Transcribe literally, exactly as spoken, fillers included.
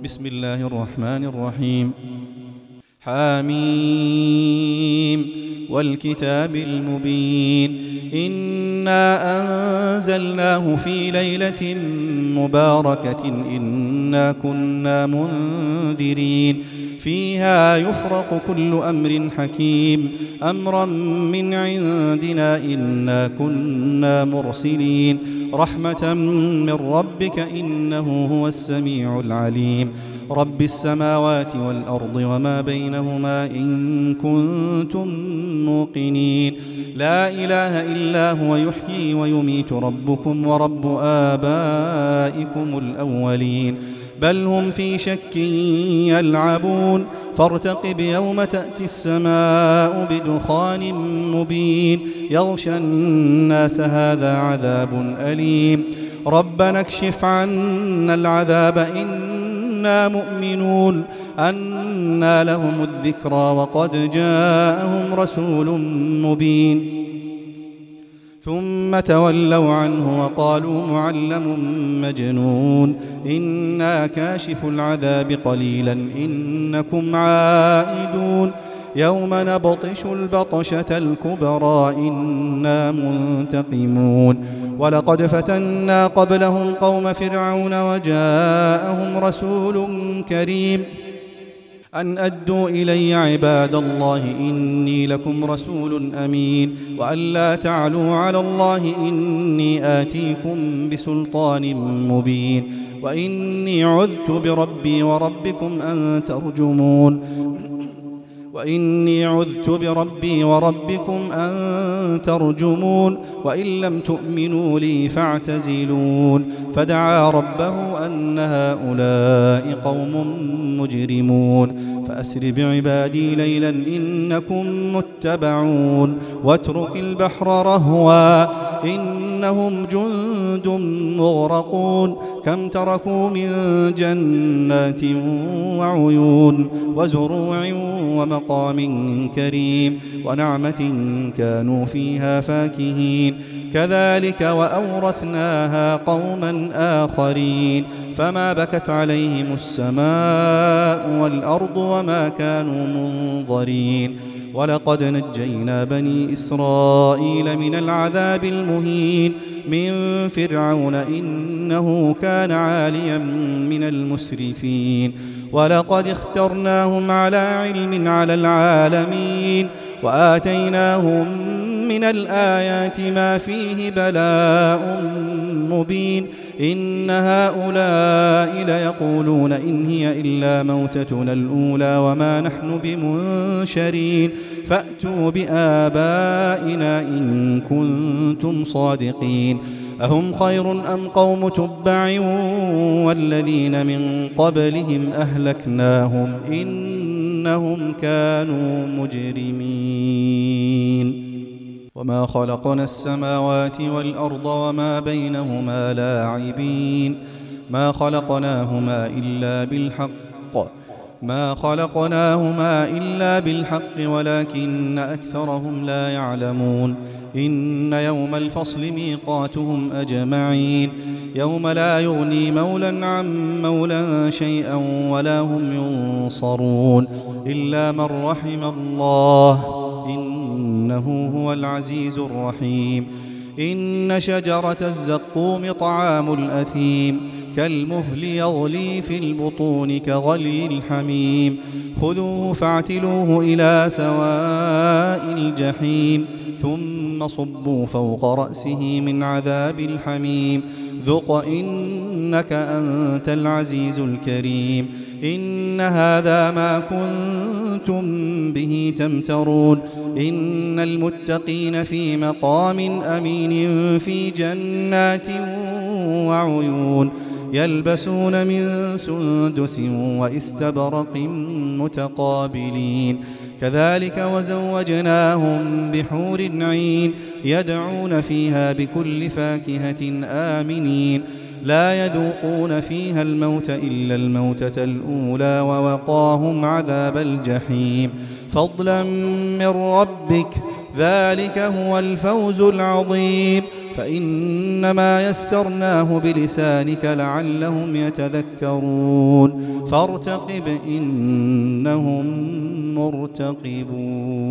بسم الله الرحمن الرحيم. حاميم والكتاب المبين إنا أنزلناه في ليلة مباركة إنا كنا منذرين فيها يفرق كل أمر حكيم أمرا من عندنا إنا كنا مرسلين رحمة من ربك إنه هو السميع العليم رب السماوات والأرض وما بينهما إن كنتم موقنين لا إله إلا هو يحيي ويميت ربكم ورب آبائكم الأولين بل هم في شك يلعبون فارتقب يوم تأتي السماء بدخان مبين يغشى الناس هذا عذاب أليم ربنا اكشف عنا العذاب إنا مؤمنون أنى لهم الذكرى وقد جاءهم رسول مبين ثم تولوا عنه وقالوا معلم مجنون إنا كاشف العذاب قليلا إنكم عائدون يوم نبطش البطشة الكبرى إنا منتقمون ولقد فتنا قبلهم قوم فرعون وجاءهم رسول كريم أن أدوا إلي عباد الله إني لكم رسول أمين وأن لا تعلوا على الله إني آتيكم بسلطان مبين وإني عذت بربي وربكم أن ترجمون وإني عذت بربي وربكم أن ترجمون وإن لم تؤمنوا لي فاعتزلون فدعا ربه أن هؤلاء قوم مجرمون فأسر بعبادي ليلا إنكم متبعون واترك البحر رهوا إنهم جند مغرقون كم تركوا من جنات وعيون وزروع ومقام كريم ونعمة كانوا فيها فاكهين كذلك وأورثناها قوما آخرين فما بكت عليهم السماء والأرض وما كانوا منظرين ولقد نجينا بني إسرائيل من العذاب المهين من فرعون إنه كان عاليا من المسرفين ولقد اخترناهم على علم على العالمين وآتيناهم من الآيات ما فيه بلاء مبين إن هؤلاء ليقولون إن هي إلا موتتنا الأولى وما نحن بمنشرين فأتوا بآبائنا إن كنتم صادقين أهم خير أم قوم تبع والذين من قبلهم أهلكناهم إنهم كانوا مجرمين وما خلقنا السماوات والأرض وما بينهما لاعبين ما خلقناهما إلا بالحق ما خلقناهما إلا بالحق ولكن أكثرهم لا يعلمون إن يوم الفصل ميقاتهم أجمعين يوم لا يغني مولى عن مولى شيئا ولا هم ينصرون إلا من رحم الله إنه هو العزيز الرحيم إن شجرة الزقوم طعام الأثيم كالمهل يغلي في البطون كغلي الحميم خذوه فاعتلوه إلى سواء الجحيم ثم صبوا فوق رأسه من عذاب الحميم ذق إنك أنت العزيز الكريم إن هذا ما كنتم به تمترون إن المتقين في مقام أمين في جنات وعيون يلبسون من سندس واستبرق متقابلين كذلك وزوجناهم بحور عين يدعون فيها بكل فاكهة آمنين لا يذوقون فيها الموت إلا الموتة الأولى ووقاهم عذاب الجحيم فضلا من ربك ذلك هو الفوز العظيم فإنما يسرناه بلسانك لعلهم يتذكرون فارتقب إنهم مرتقبون.